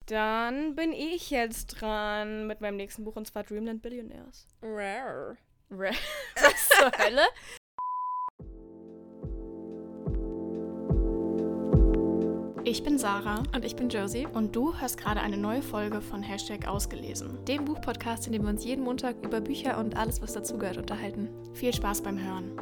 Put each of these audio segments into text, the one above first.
Dann bin ich jetzt dran mit meinem nächsten Buch, und zwar Dreamland Billionaires. Rare. Was zur Hölle? Ich bin Sarah. Und ich bin Josie. Und du hörst gerade eine neue Folge von #Ausgelesen. Dem Buchpodcast, in dem wir uns jeden Montag über Bücher und alles, was dazugehört, unterhalten. Viel Spaß beim Hören.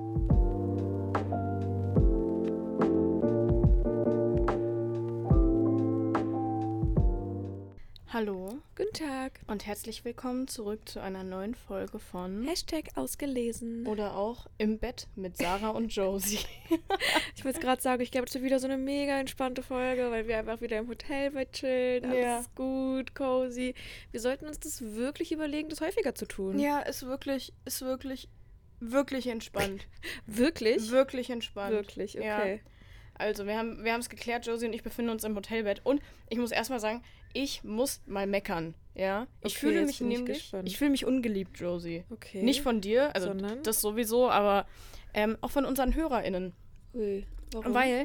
Hallo. Guten Tag. Und herzlich willkommen zurück zu einer neuen Folge von #Ausgelesen. Oder auch Im Bett mit Sarah und Josie. Ich wollte gerade sagen, ich glaube, es wird wieder so eine mega entspannte Folge, weil wir einfach wieder im Hotelbett chillen. Alles ist gut, cozy. Wir sollten uns das wirklich überlegen, das häufiger zu tun. Ja, ist wirklich entspannt. Wirklich? Wirklich entspannt. Wirklich, okay. Ja. Also, wir haben es geklärt, Josie und ich befinden uns im Hotelbett. Und ich muss erstmal sagen, ich muss mal meckern, ja? Ich fühle mich nämlich, ich fühle mich ungeliebt, Josie. Okay. Nicht von dir, also sondern? Das sowieso, aber auch von unseren HörerInnen. Ui, warum? Weil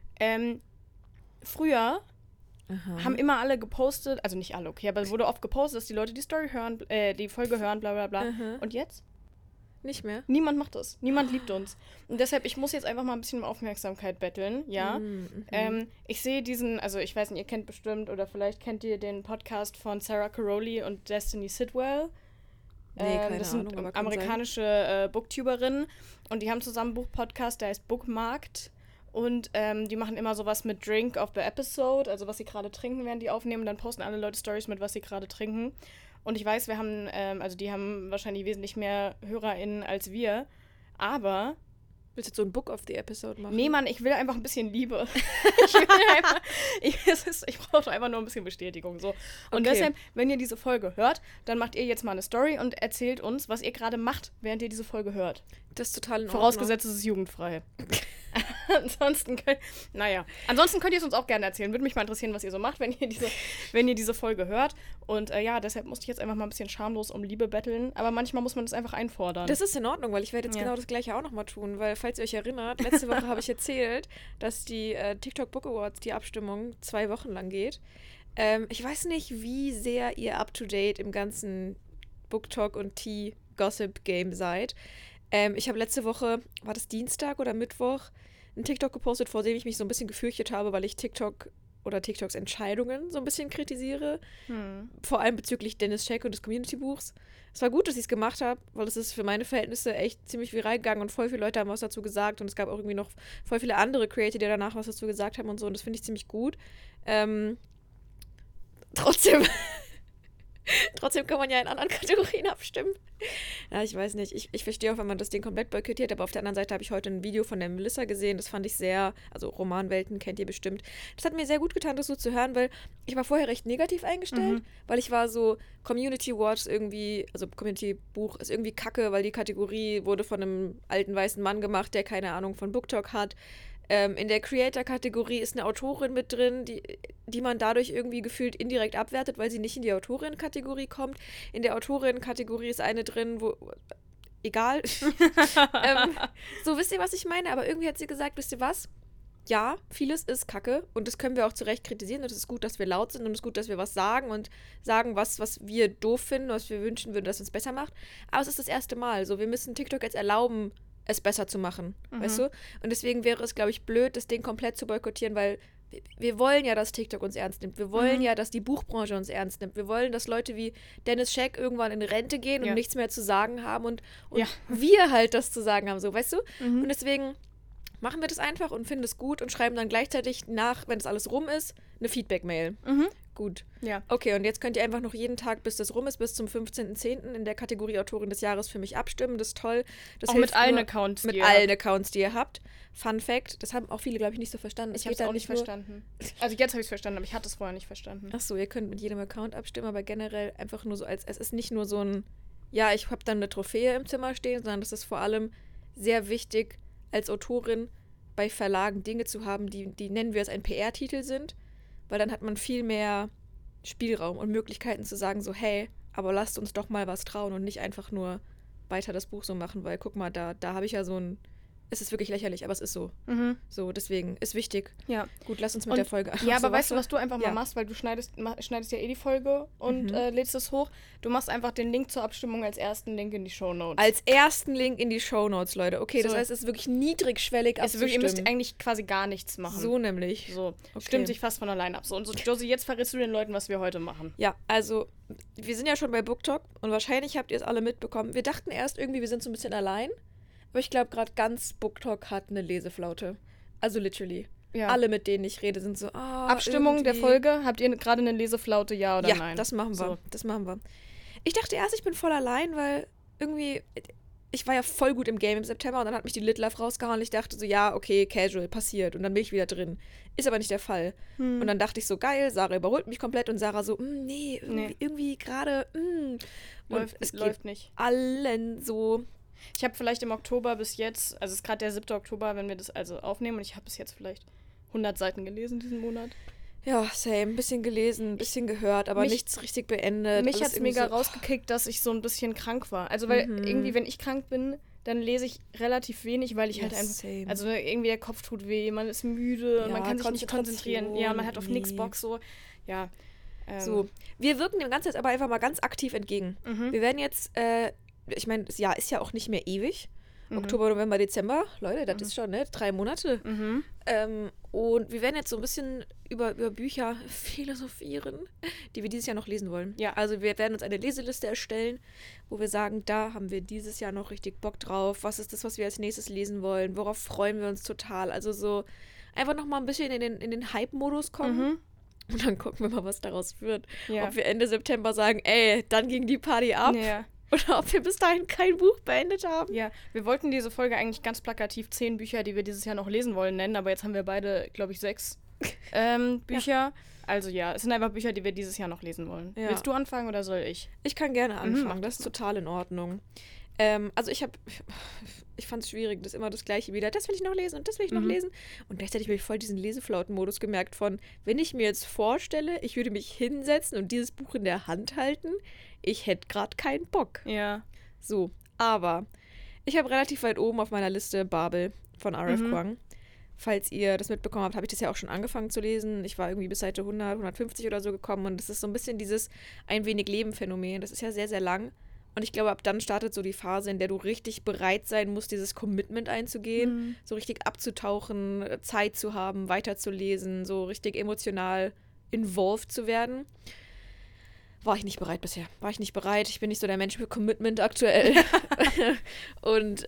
früher haben immer alle gepostet, also nicht alle, okay, aber es wurde oft gepostet, dass die Leute die Story hören, die Folge hören, bla bla bla. Und jetzt? Nicht mehr? Niemand macht das. Niemand liebt uns. Und deshalb, ich muss jetzt einfach mal ein bisschen um Aufmerksamkeit betteln, ja. Ich sehe also ich weiß nicht, ihr kennt bestimmt oder vielleicht kennt ihr den Podcast von Sarah Caroli und Destiny Sidwell. Nee, keine das sind Ahnung, aber amerikanische Booktuberinnen und die haben zusammen einen Buchpodcast, der heißt Bookmarked. Und die machen immer sowas mit Drink of the Episode, also was sie gerade trinken, während die aufnehmen. Und dann posten alle Leute Stories mit, was sie gerade trinken. Und ich weiß, wir haben, also die haben wahrscheinlich wesentlich mehr HörerInnen als wir, aber... Willst du jetzt so ein Book of the Episode machen? Nee, Mann, ich will einfach ein bisschen Liebe. Ich brauche einfach nur ein bisschen Bestätigung. So. Und deshalb, wenn ihr diese Folge hört, dann macht ihr jetzt mal eine Story und erzählt uns, was ihr gerade macht, während ihr diese Folge hört. Das ist total in Ordnung. Vorausgesetzt, es ist jugendfrei. Ansonsten könnt ihr es uns auch gerne erzählen. Würde mich mal interessieren, was ihr so macht, wenn ihr diese Folge hört. Und deshalb musste ich jetzt einfach mal ein bisschen schamlos um Liebe betteln. Aber manchmal muss man das einfach einfordern. Das ist in Ordnung, weil ich werde jetzt genau das Gleiche auch nochmal tun. Weil, falls ihr euch erinnert, letzte Woche habe ich erzählt, dass die TikTok Book Awards, die Abstimmung 2 Wochen lang geht. Ich weiß nicht, wie sehr ihr up-to-date im ganzen BookTok und Tea-Gossip-Game seid. Ich habe letzte Woche, war das Dienstag oder Mittwoch, einen TikTok gepostet, vor dem ich mich so ein bisschen gefürchtet habe, weil ich TikTok oder TikToks Entscheidungen so ein bisschen kritisiere. Vor allem bezüglich Dennis Scheck und des Community-Buchs. Es war gut, dass ich es gemacht habe, weil es ist für meine Verhältnisse echt ziemlich viral gegangen und voll viele Leute haben was dazu gesagt und es gab auch irgendwie noch voll viele andere Creator, die danach was dazu gesagt haben und so und das finde ich ziemlich gut. Trotzdem kann man ja in anderen Kategorien abstimmen. Ja, ich weiß nicht. Ich verstehe auch, wenn man das Ding komplett boykottiert, aber auf der anderen Seite habe ich heute ein Video von der Melissa gesehen. Das fand ich also Romanwelten kennt ihr bestimmt. Das hat mir sehr gut getan, das so zu hören, weil ich war vorher recht negativ eingestellt, weil ich war so, Community Watch irgendwie, also Community Buch ist irgendwie kacke, weil die Kategorie wurde von einem alten weißen Mann gemacht, der keine Ahnung von BookTok hat. In der Creator-Kategorie ist eine Autorin mit drin, die man dadurch irgendwie gefühlt indirekt abwertet, weil sie nicht in die Autorin-Kategorie kommt. In der Autorin-Kategorie ist eine drin, wo... Egal. So, wisst ihr, was ich meine? Aber irgendwie hat sie gesagt, wisst ihr was? Ja, vieles ist Kacke und das können wir auch zu Recht kritisieren und es ist gut, dass wir laut sind und es ist gut, dass wir was sagen und sagen, was wir doof finden, was wir wünschen würden, dass es uns besser macht. Aber es ist das erste Mal. So, wir müssen TikTok jetzt erlauben, es besser zu machen, weißt du? Und deswegen wäre es, glaube ich, blöd, das Ding komplett zu boykottieren, weil wir wollen ja, dass TikTok uns ernst nimmt. Wir wollen ja, dass die Buchbranche uns ernst nimmt. Wir wollen, dass Leute wie Dennis Scheck irgendwann in Rente gehen und nichts mehr zu sagen haben und wir halt das zu sagen haben, so, weißt du? Und deswegen machen wir das einfach und finden es gut und schreiben dann gleichzeitig nach, wenn das alles rum ist, eine Feedback-Mail. Gut. Ja. Okay, und jetzt könnt ihr einfach noch jeden Tag, bis das rum ist, bis zum 15.10. in der Kategorie Autorin des Jahres für mich abstimmen. Das ist toll. Das auch mit allen Accounts, mit allen Accounts, die ihr habt. Fun Fact, das haben auch viele, glaube ich, nicht so verstanden. Ich habe es auch nicht verstanden. Also jetzt habe ich es verstanden, aber ich hatte es vorher nicht verstanden. Achso, ihr könnt mit jedem Account abstimmen, aber generell einfach nur so es ist nicht nur so ein, ja, ich habe dann eine Trophäe im Zimmer stehen, sondern das ist vor allem sehr wichtig, als Autorin bei Verlagen Dinge zu haben, die nennen wir es ein PR-Titel sind, weil dann hat man viel mehr Spielraum und Möglichkeiten zu sagen so, hey, aber lasst uns doch mal was trauen und nicht einfach nur weiter das Buch so machen, weil guck mal, da habe ich ja so ein Es ist wirklich lächerlich, aber es ist so. Mhm. So, deswegen ist wichtig. Ja. Gut, lass uns mit der Folge Ja, Achso, aber weißt du, warte. was du einfach mal Ja. machst, weil du schneidest ja die Folge und lädst es hoch. Du machst einfach den Link zur Abstimmung als ersten Link in die Shownotes. Als ersten Link in die Shownotes, Leute. Okay, das So. heißt, es ist wirklich niedrigschwellig Ihr abzustimmen. müsst eigentlich quasi gar nichts machen. So nämlich. So. Okay. Stimmt sich fast von allein ab. So, und so, Josie, jetzt verrätst du den Leuten, was wir heute machen. Ja, also, wir sind ja schon bei BookTok und wahrscheinlich habt ihr es alle mitbekommen. Wir dachten erst irgendwie, wir sind so ein bisschen allein. Aber ich glaube, gerade ganz BookTok hat eine Leseflaute. Also literally. Ja. Alle, mit denen ich rede, sind so, Abstimmung der irgendwie. Folge. Habt ihr gerade eine Leseflaute, ja oder nein? Ja, das machen wir. So. Das machen wir. Ich dachte erst, ich bin voll allein, weil irgendwie, ich war ja voll gut im Game im September und dann hat mich die Lit Life rausgehauen und ich dachte so, ja, okay, casual, passiert. Und dann bin ich wieder drin. Ist aber nicht der Fall. Und dann dachte ich so, geil, Sarah überholt mich komplett und Sarah so, nee, irgendwie gerade, Und es läuft geht nicht. allen so. Ich habe vielleicht im Oktober bis jetzt, also es ist gerade der 7. Oktober, wenn wir das also aufnehmen, und ich habe bis jetzt vielleicht 100 Seiten gelesen diesen Monat. Ja, same. Ein bisschen gelesen, ein bisschen gehört, aber nichts richtig beendet. Mich Alles hat es irgendwie mega so, rausgekickt, dass ich so ein bisschen krank war. Also, weil irgendwie, wenn ich krank bin, dann lese ich relativ wenig, weil ich halt einfach, same. also irgendwie der Kopf tut weh, man ist müde, Ja, man kann sich nicht konzentrieren. Ja, man hat auf nichts nee. Bock, so. Ja. So, wir wirken dem Ganzen jetzt aber einfach mal ganz aktiv entgegen. Wir werden jetzt, ich meine, das Jahr ist ja auch nicht mehr ewig. Oktober, November, Dezember. Leute, das ist schon, ne? 3 Monate. Und wir werden jetzt so ein bisschen über Bücher philosophieren, die wir dieses Jahr noch lesen wollen. Ja. Also wir werden uns eine Leseliste erstellen, wo wir sagen, da haben wir dieses Jahr noch richtig Bock drauf. Was ist das, was wir als nächstes lesen wollen? Worauf freuen wir uns total? Also so einfach noch mal ein bisschen in den Hype-Modus kommen. Und dann gucken wir mal, was daraus wird. Ja. Ob wir Ende September sagen, ey, dann ging die Party ab. Ja. Oder ob wir bis dahin kein Buch beendet haben. Ja, wir wollten diese Folge eigentlich ganz plakativ 10 Bücher, die wir dieses Jahr noch lesen wollen, nennen, aber jetzt haben wir beide, glaube ich, 6 Bücher. Ja. Also ja, es sind einfach Bücher, die wir dieses Jahr noch lesen wollen. Ja. Willst du anfangen oder soll ich? Ich kann gerne anfangen, mach das ist total in Ordnung. Also ich fand es schwierig, das ist immer das Gleiche wieder. Das will ich noch lesen und das will ich noch lesen. Und gleichzeitig habe ich voll diesen Leseflauten-Modus gemerkt von, wenn ich mir jetzt vorstelle, ich würde mich hinsetzen und dieses Buch in der Hand halten, ich hätte gerade keinen Bock. Ja. So, aber ich habe relativ weit oben auf meiner Liste Babel von R.F. Kuang. Falls ihr das mitbekommen habt, habe ich das ja auch schon angefangen zu lesen. Ich war irgendwie bis Seite 100, 150 oder so gekommen und das ist so ein bisschen dieses ein wenig Leben-Phänomen. Das ist ja sehr, sehr lang. Und ich glaube, ab dann startet so die Phase, in der du richtig bereit sein musst, dieses Commitment einzugehen, so richtig abzutauchen, Zeit zu haben, weiterzulesen, so richtig emotional involved zu werden. War ich nicht bereit bisher. War ich nicht bereit. Ich bin nicht so der Mensch für Commitment aktuell. Und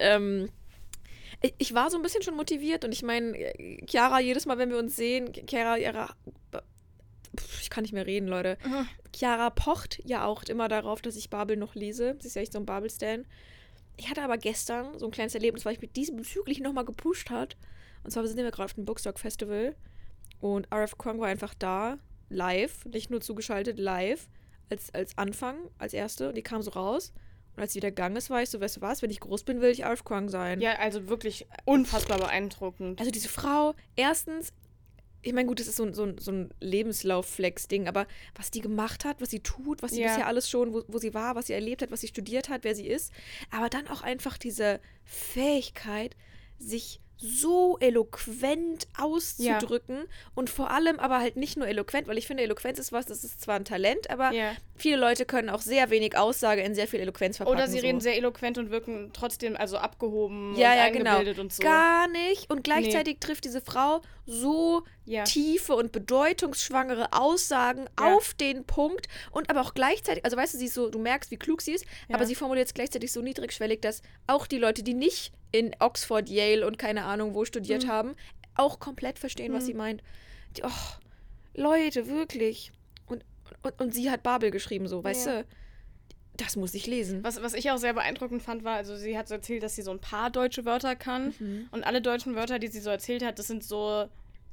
ich war so ein bisschen schon motiviert und ich meine, Chiara, jedes Mal, wenn wir uns sehen, Chiara, ich kann nicht mehr reden, Leute. Chiara pocht ja auch immer darauf, dass ich Babel noch lese. Sie ist ja echt so ein Babel-Stan. Ich hatte aber gestern so ein kleines Erlebnis, weil ich mit diesem bezüglich nochmal gepusht hat. Und zwar sind wir gerade auf dem Bookstock-Festival und R.F. Kuang war einfach da, live, nicht nur zugeschaltet, live, als Anfang, als Erste. Und die kam so raus. Und als sie wieder gegangen ist, war ich so, weißt du was, wenn ich groß bin, will ich R.F. Kuang sein. Ja, also wirklich unfassbar beeindruckend. Also diese Frau, erstens, ich meine, gut, das ist so ein Lebenslauf-Flex-Ding, aber was die gemacht hat, was sie tut, was sie bisher alles schon, wo sie war, was sie erlebt hat, was sie studiert hat, wer sie ist, aber dann auch einfach diese Fähigkeit, sich so eloquent auszudrücken und vor allem aber halt nicht nur eloquent, weil ich finde, Eloquenz ist was, das ist zwar ein Talent, aber viele Leute können auch sehr wenig Aussage in sehr viel Eloquenz verpacken. Oder sie reden sehr eloquent und wirken trotzdem also abgehoben und eingebildet und so. Gar nicht. Und gleichzeitig trifft diese Frau so tiefe und bedeutungsschwangere Aussagen auf den Punkt und aber auch gleichzeitig, also weißt du, sie ist so, du merkst, wie klug sie ist, aber sie formuliert es gleichzeitig so niedrigschwellig, dass auch die Leute, die nicht in Oxford, Yale und keine Ahnung wo studiert haben, auch komplett verstehen, was sie meint. Leute, wirklich. Und sie hat Babel geschrieben, so, weißt du? Das muss ich lesen. Was ich auch sehr beeindruckend fand, war, also sie hat so erzählt, dass sie so ein paar deutsche Wörter kann. Und alle deutschen Wörter, die sie so erzählt hat, das sind so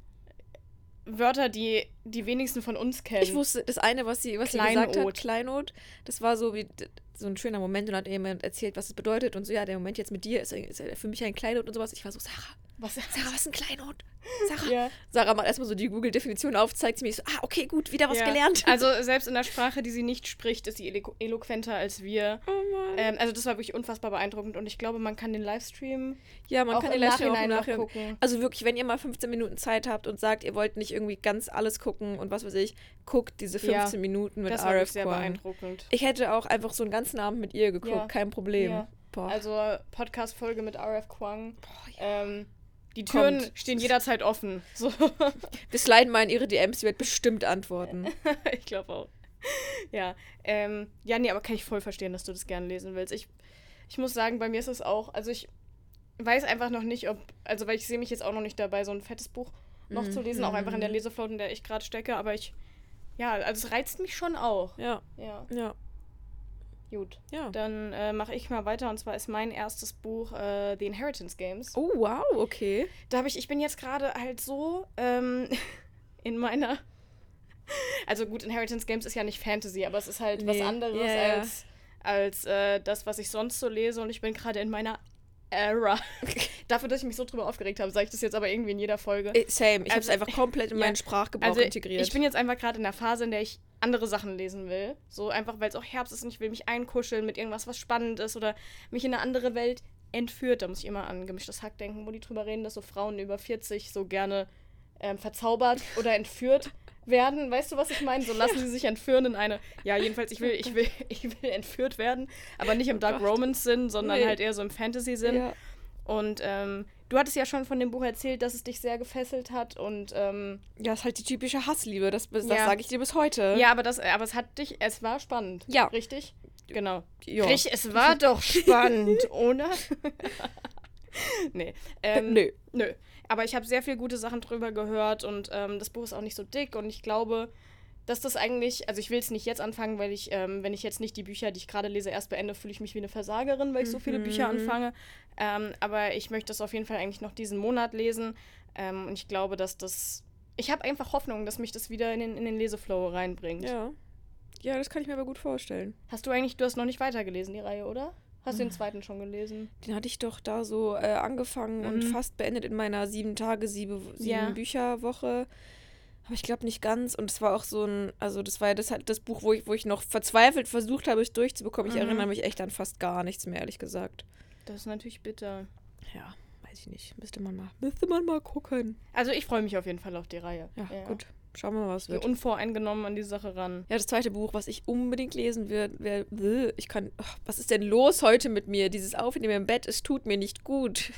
Wörter, die die wenigsten von uns kennen. Ich wusste, das eine, was sie gesagt hat, Kleinod, das war so wie so ein schöner Moment und hat jemand erzählt, was es bedeutet und so, ja, der Moment jetzt mit dir ist für mich ein Kleinod und sowas. Ich war so, Sarah, Was? Sarah, was ist ein Kleinod? Sarah. Ja. Sarah macht erstmal so die Google-Definition auf, zeigt sie mir so, okay, gut, wieder was gelernt. Also selbst in der Sprache, die sie nicht spricht, ist sie eloquenter als wir. Oh Mann. Also das war wirklich unfassbar beeindruckend und ich glaube, man kann den Livestream Ja, man kann den Livestream auch nachher gucken. Also wirklich, wenn ihr mal 15 Minuten Zeit habt und sagt, ihr wollt nicht irgendwie ganz alles gucken und was weiß ich, guckt diese 15 Minuten mit das war RF sehr Kwong. beeindruckend. Ich hätte auch einfach so einen ganzen Abend mit ihr geguckt, kein Problem. Ja. Boah. Also Podcast-Folge mit RF Kwong. Boah, ja. Die Türen stehen jederzeit offen. So. Wir sliden mal in ihre DMs, sie wird bestimmt antworten. Ich glaube auch. Ja. Nee, aber kann ich voll verstehen, dass du das gerne lesen willst. Ich muss sagen, bei mir ist es auch, also ich weiß einfach noch nicht, weil ich sehe mich jetzt auch noch nicht dabei, so ein fettes Buch noch zu lesen, auch einfach in der Leseflow, in der ich gerade stecke, aber also es reizt mich schon auch. Ja. Gut, Ja. dann mache ich mal weiter und zwar ist mein erstes Buch The Inheritance Games. Oh, wow, okay. Ich bin jetzt gerade halt so in meiner, also gut, Inheritance Games ist ja nicht Fantasy, aber es ist halt was anderes als das, was ich sonst so lese und ich bin gerade in meiner Era. Dafür, dass ich mich so drüber aufgeregt habe, sage ich das jetzt aber irgendwie in jeder Folge. Same, ich habe es einfach komplett in meinen Sprachgebrauch integriert. Ich bin jetzt einfach gerade in der Phase, in der ich andere Sachen lesen will. So einfach, weil es auch Herbst ist und ich will mich einkuscheln mit irgendwas, was spannend ist oder mich in eine andere Welt entführt. Da muss ich immer an Gemischtes Hack denken, wo die drüber reden, dass so Frauen über 40 so gerne verzaubert oder entführt werden. Weißt du, was ich meine? So lassen sie sich entführen in eine... Ja, jedenfalls, ich will entführt werden, aber nicht im Dark Romance-Sinn, sondern halt eher so im Fantasy-Sinn. Ja. Und du hattest ja schon von dem Buch erzählt, dass es dich sehr gefesselt hat und ja, ist halt die typische Hassliebe, das sage ich dir bis heute. Ja, aber es war spannend. Ja. Richtig? Genau. Ja. Richtig, es war doch spannend, oder? Nee. Nö. Aber ich habe sehr viele gute Sachen drüber gehört und das Buch ist auch nicht so dick und ich glaube, dass das eigentlich, also ich will es nicht jetzt anfangen, weil wenn ich jetzt nicht die Bücher, die ich gerade lese, erst beende, fühle ich mich wie eine Versagerin, weil ich so viele Bücher anfange. Aber ich möchte das auf jeden Fall eigentlich noch diesen Monat lesen und ich glaube, ich habe einfach Hoffnung, dass mich das wieder in den Leseflow reinbringt. Ja, das kann ich mir aber gut vorstellen. Du hast noch nicht weitergelesen, die Reihe, oder? Hast du den zweiten schon gelesen? Den hatte ich doch da so angefangen und fast beendet in meiner 7 Bücher-Woche. Aber ich glaube nicht ganz. Und es war auch so das war ja das Buch, wo ich noch verzweifelt versucht habe, es durchzubekommen. Ich erinnere mich echt an fast gar nichts mehr, ehrlich gesagt. Das ist natürlich bitter. Ja, weiß ich nicht. Müsste man mal gucken. Also ich freue mich auf jeden Fall auf die Reihe. Ja. Gut. Schauen wir mal, was wird. Unvoreingenommen an die Sache ran. Ja, das zweite Buch, was ich unbedingt lesen würde, was ist denn los heute mit mir? Dieses Aufnehmen im Bett, es tut mir nicht gut.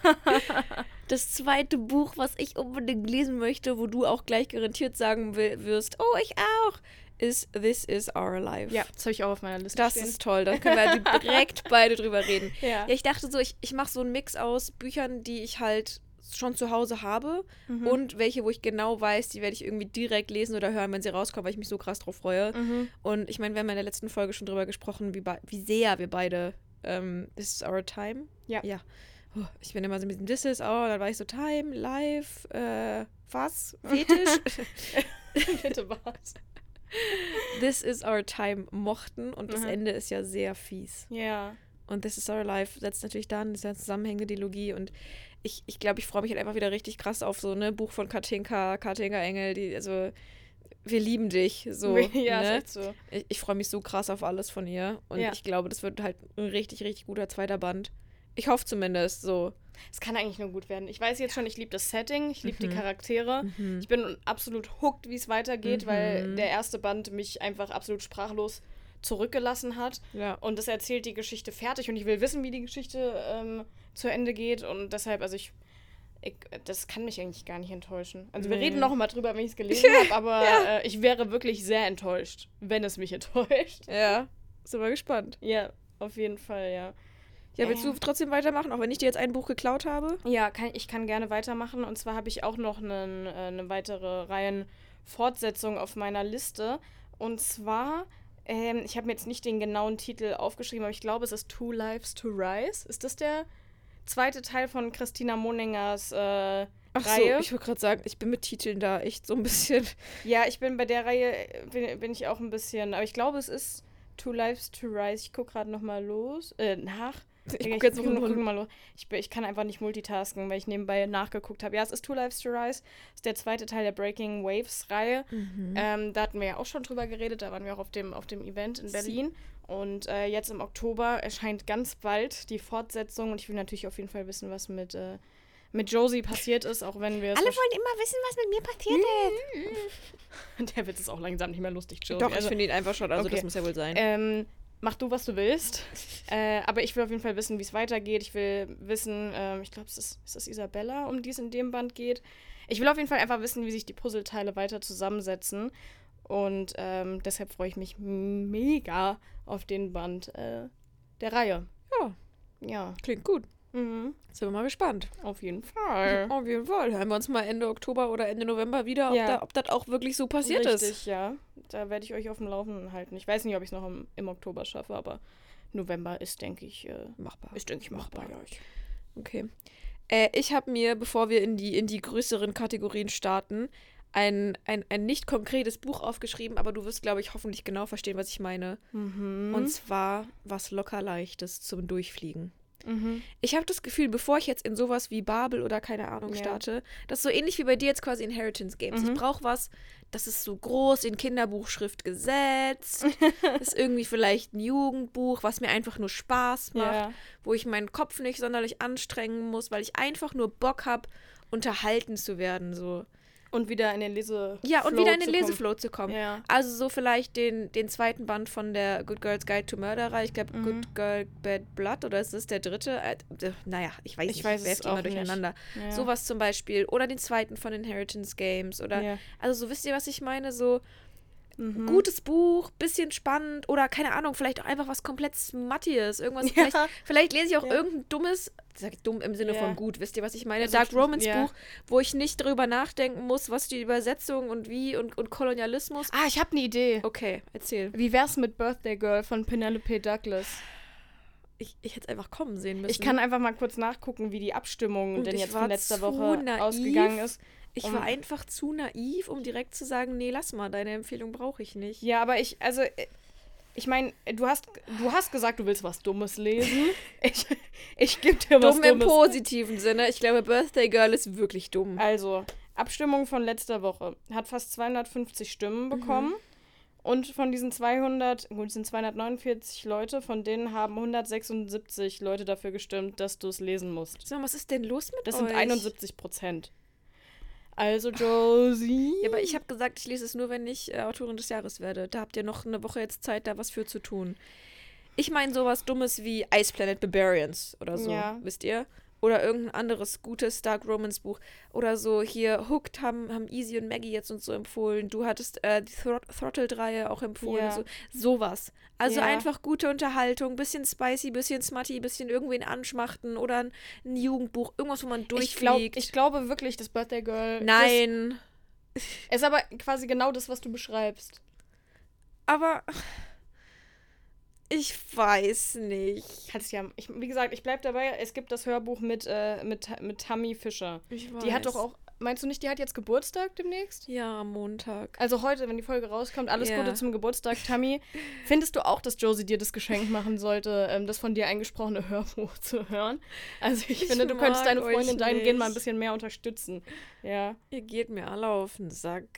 Das zweite Buch, was ich unbedingt lesen möchte, wo du auch gleich garantiert sagen wirst, oh, ich auch, ist This Is Our Life. Ja, das habe ich auch auf meiner Liste stehen. Das ist toll, da können wir direkt beide drüber reden. Ja, ich dachte so, ich mache so einen Mix aus Büchern, die ich halt schon zu Hause habe und welche, wo ich genau weiß, die werde ich irgendwie direkt lesen oder hören, wenn sie rauskommen, weil ich mich so krass drauf freue. Und ich meine, wir haben in der letzten Folge schon drüber gesprochen, wie sehr wir beide This is Our Time. Ja. Ich bin immer so ein bisschen This is Our, dann war ich so Time, Life, was? Fetisch? Bitte was? This is Our Time mochten und das Ende ist ja sehr fies. Ja. Und This is Our Life setzt natürlich dann, das ist eine zusammenhängende Dialogie und ich glaube, ich freue mich halt einfach wieder richtig krass auf so ein Buch von Katinka Engel, wir lieben dich, so. Ja, ne? ist echt so. Ich freue mich so krass auf alles von ihr und ich glaube, das wird halt ein richtig, richtig guter zweiter Band. Ich hoffe zumindest, so. Es kann eigentlich nur gut werden. Ich weiß jetzt schon, ich liebe das Setting, ich liebe die Charaktere. Ich bin absolut hooked, wie es weitergeht, weil der erste Band mich einfach absolut sprachlos zurückgelassen hat. Ja. Und das erzählt die Geschichte fertig und ich will wissen, wie die Geschichte zu Ende geht und deshalb, also das kann mich eigentlich gar nicht enttäuschen. Also wir reden noch mal drüber, wenn ich es gelesen habe, aber ich wäre wirklich sehr enttäuscht, wenn es mich enttäuscht. Ja, sind wir gespannt. Ja, auf jeden Fall, ja. Ja, willst du trotzdem weitermachen, auch wenn ich dir jetzt ein Buch geklaut habe? Ja, ich kann gerne weitermachen. Und zwar habe ich auch noch eine weitere Reihenfortsetzung auf meiner Liste. Und zwar, ich habe mir jetzt nicht den genauen Titel aufgeschrieben, aber ich glaube, es ist Two Lives to Rise. Ist das der zweite Teil von Christina Moningers Reihe? So, ich wollte gerade sagen, ich bin mit Titeln da echt so ein bisschen... Ja, ich bin bei der Reihe, bin ich auch ein bisschen... Aber ich glaube, es ist Two Lives to Rise. Ich gucke gerade noch mal nach. Ich gucke jetzt noch mal. Ich kann einfach nicht multitasken, weil ich nebenbei nachgeguckt habe. Ja, es ist Two Lives to Rise. Das ist der zweite Teil der Breaking Waves-Reihe. Da hatten wir ja auch schon drüber geredet. Da waren wir auch auf dem Event in Berlin. Und jetzt im Oktober erscheint ganz bald die Fortsetzung. Und ich will natürlich auf jeden Fall wissen, was mit Josie passiert ist, auch wenn wir... Alle wollen immer wissen, was mit mir passiert ist. Der Witz ist auch langsam nicht mehr lustig, Josie. Doch, ich finde ihn einfach schon, also okay. Das muss ja wohl sein. Mach du, was du willst. Aber ich will auf jeden Fall wissen, wie es weitergeht. Ich will wissen, ich glaube, ist das Isabella, um die es in dem Band geht. Ich will auf jeden Fall einfach wissen, wie sich die Puzzleteile weiter zusammensetzen. Und deshalb freue ich mich mega auf den Band der Reihe. Ja. Klingt gut. Sind wir mal gespannt. Auf jeden Fall. Auf jeden Fall. Hören wir uns mal Ende Oktober oder Ende November wieder, ob das auch wirklich so passiert ist. Richtig, ja. Da werde ich euch auf dem Laufenden halten. Ich weiß nicht, ob ich es noch im Oktober schaffe, aber November ist, denke ich, machbar. Ja. Okay. Ich habe mir, bevor wir in die größeren Kategorien starten, ein nicht konkretes Buch aufgeschrieben, aber du wirst, glaube ich, hoffentlich genau verstehen, was ich meine. Und zwar was locker Leichtes zum Durchfliegen. Ich habe das Gefühl, bevor ich jetzt in sowas wie Babel oder keine Ahnung starte, das ist so ähnlich wie bei dir jetzt quasi Inheritance Games. Ich brauche was, das ist so groß in Kinderbuchschrift gesetzt, ist irgendwie vielleicht ein Jugendbuch, was mir einfach nur Spaß macht, wo ich meinen Kopf nicht sonderlich anstrengen muss, weil ich einfach nur Bock habe, unterhalten zu werden, so. Und wieder in den Leseflow zu kommen. Ja. Also so vielleicht den zweiten Band von der Good Girls Guide to Murder. Ich glaube, Good Girl Bad Blood, oder ist das der dritte? Naja, ich weiß nicht, ich werfe die immer durcheinander. Ja. Sowas zum Beispiel. Oder den zweiten von Inheritance Games. Oder also so, wisst ihr, was ich meine? So gutes Buch, bisschen spannend oder keine Ahnung, vielleicht auch einfach was komplett Smuttiges. Irgendwas, vielleicht lese ich auch irgendein dummes, sag ich dumm im Sinne von gut, wisst ihr, was ich meine? Also Dark Romance Buch, wo ich nicht drüber nachdenken muss, was die Übersetzung und wie und Kolonialismus. Ich habe eine Idee. Okay, erzähl. Wie wär's mit Birthday Girl von Penelope Douglas? Ich hätte es einfach kommen sehen müssen. Ich kann einfach mal kurz nachgucken, wie die Abstimmung denn jetzt von letzter Woche ausgegangen ist. Ich war einfach zu naiv, um direkt zu sagen, nee, lass mal, deine Empfehlung brauche ich nicht. Ja, aber ich meine, du hast gesagt, du willst was Dummes lesen. Ich gebe dir was Dummes. Dumm im positiven Sinne. Ich glaube, Birthday Girl ist wirklich dumm. Also, Abstimmung von letzter Woche. Hat fast 250 Stimmen bekommen. Und von diesen 249 Leute, von denen haben 176 Leute dafür gestimmt, dass du es lesen musst. So, was ist denn los mit euch? Das sind 71%. Also, Josie. Ja, aber ich habe gesagt, ich lese es nur, wenn ich Autorin des Jahres werde. Da habt ihr noch eine Woche jetzt Zeit, da was für zu tun. Ich meine sowas Dummes wie Ice Planet Barbarians oder so, wisst ihr? Oder irgendein anderes gutes Dark Romance Buch. Oder so hier Hooked haben Easy und Maggie jetzt uns so empfohlen. Du hattest die Throttled-Reihe auch empfohlen. Ja. Sowas. Also einfach gute Unterhaltung, bisschen spicy, bisschen smutty, bisschen irgendwen anschmachten oder ein Jugendbuch. Irgendwas, wo man durchfliegt. Ich glaube wirklich, das Birthday Girl Nein. ist aber quasi genau das, was du beschreibst. Aber ich weiß nicht. Wie gesagt, ich bleib dabei. Es gibt das Hörbuch mit Tammy Fischer. Ich weiß. Die hat doch auch, meinst du nicht, die hat jetzt Geburtstag demnächst? Ja, am Montag. Also heute, wenn die Folge rauskommt, alles Gute zum Geburtstag, Tammy. Findest du auch, dass Josie dir das Geschenk machen sollte, das von dir eingesprochene Hörbuch zu hören? Also ich finde, du könntest deine Freundin dahingehend mal ein bisschen mehr unterstützen. Ja. Ihr geht mir alle auf den Sack.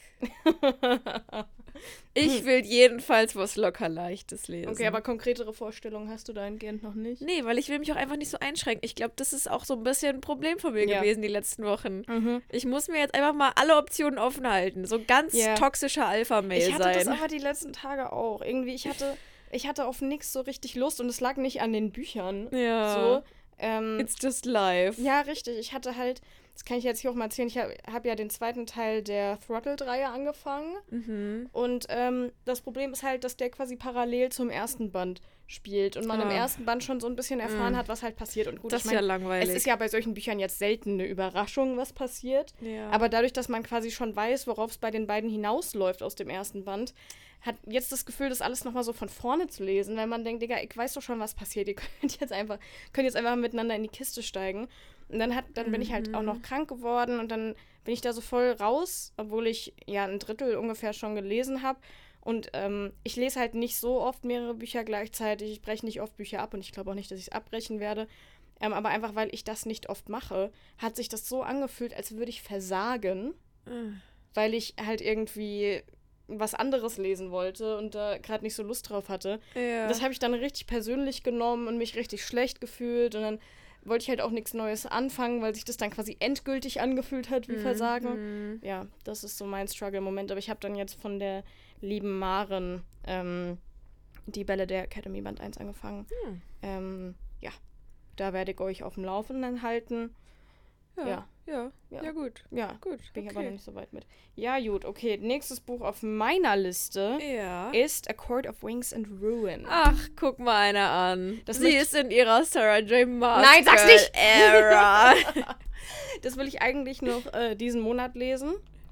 Ich will jedenfalls was locker Leichtes lesen. Okay, aber konkretere Vorstellungen hast du dahingehend noch nicht? Nee, weil ich will mich auch einfach nicht so einschränken. Ich glaube, das ist auch so ein bisschen ein Problem von mir gewesen die letzten Wochen. Ich muss mir jetzt einfach mal alle Optionen offen halten. So ganz toxischer Alpha-Mail sein. Ich hatte das aber die letzten Tage auch. Irgendwie, ich hatte auf nichts so richtig Lust und es lag nicht an den Büchern. Ja. So, it's just life. Ja, richtig. Ich hatte halt, das kann ich jetzt hier auch mal erzählen, ich hab ja den zweiten Teil der Throttled-Reihe angefangen. Und das Problem ist halt, dass der quasi parallel zum ersten Band spielt und man im ersten Band schon so ein bisschen erfahren hat, was halt passiert. Und gut, das ist ja langweilig. Es ist ja bei solchen Büchern jetzt selten eine Überraschung, was passiert. Ja. Aber dadurch, dass man quasi schon weiß, worauf es bei den beiden hinausläuft aus dem ersten Band, hat jetzt das Gefühl, das alles nochmal so von vorne zu lesen, weil man denkt, Digga, ich weiß doch schon, was passiert. Ihr könnt jetzt einfach miteinander in die Kiste steigen. Und dann bin ich halt auch noch krank geworden und dann bin ich da so voll raus, obwohl ich ja ein Drittel ungefähr schon gelesen habe. Und ich lese halt nicht so oft mehrere Bücher gleichzeitig. Ich breche nicht oft Bücher ab und ich glaube auch nicht, dass ich es abbrechen werde. Aber einfach, weil ich das nicht oft mache, hat sich das so angefühlt, als würde ich versagen, weil ich halt irgendwie was anderes lesen wollte und da gerade nicht so Lust drauf hatte. Ja. Das habe ich dann richtig persönlich genommen und mich richtig schlecht gefühlt und dann wollte ich halt auch nichts Neues anfangen, weil sich das dann quasi endgültig angefühlt hat wie Versagen. Ja, das ist so mein Struggle-Moment. Aber ich habe dann jetzt von der lieben Maren die Bälle der Academy Band 1 angefangen. Ja, da werde ich euch auf dem Laufenden halten. Ja, gut. Ja, Gut. bin ich aber noch nicht so weit mit. Ja, gut, okay. Nächstes Buch auf meiner Liste ist A Court of Wings and Ruin. Ach, guck mal einer an. Das Sie ist in ihrer Sarah J. Maas Nein, sag's nicht! Era. Das will ich eigentlich noch diesen Monat lesen.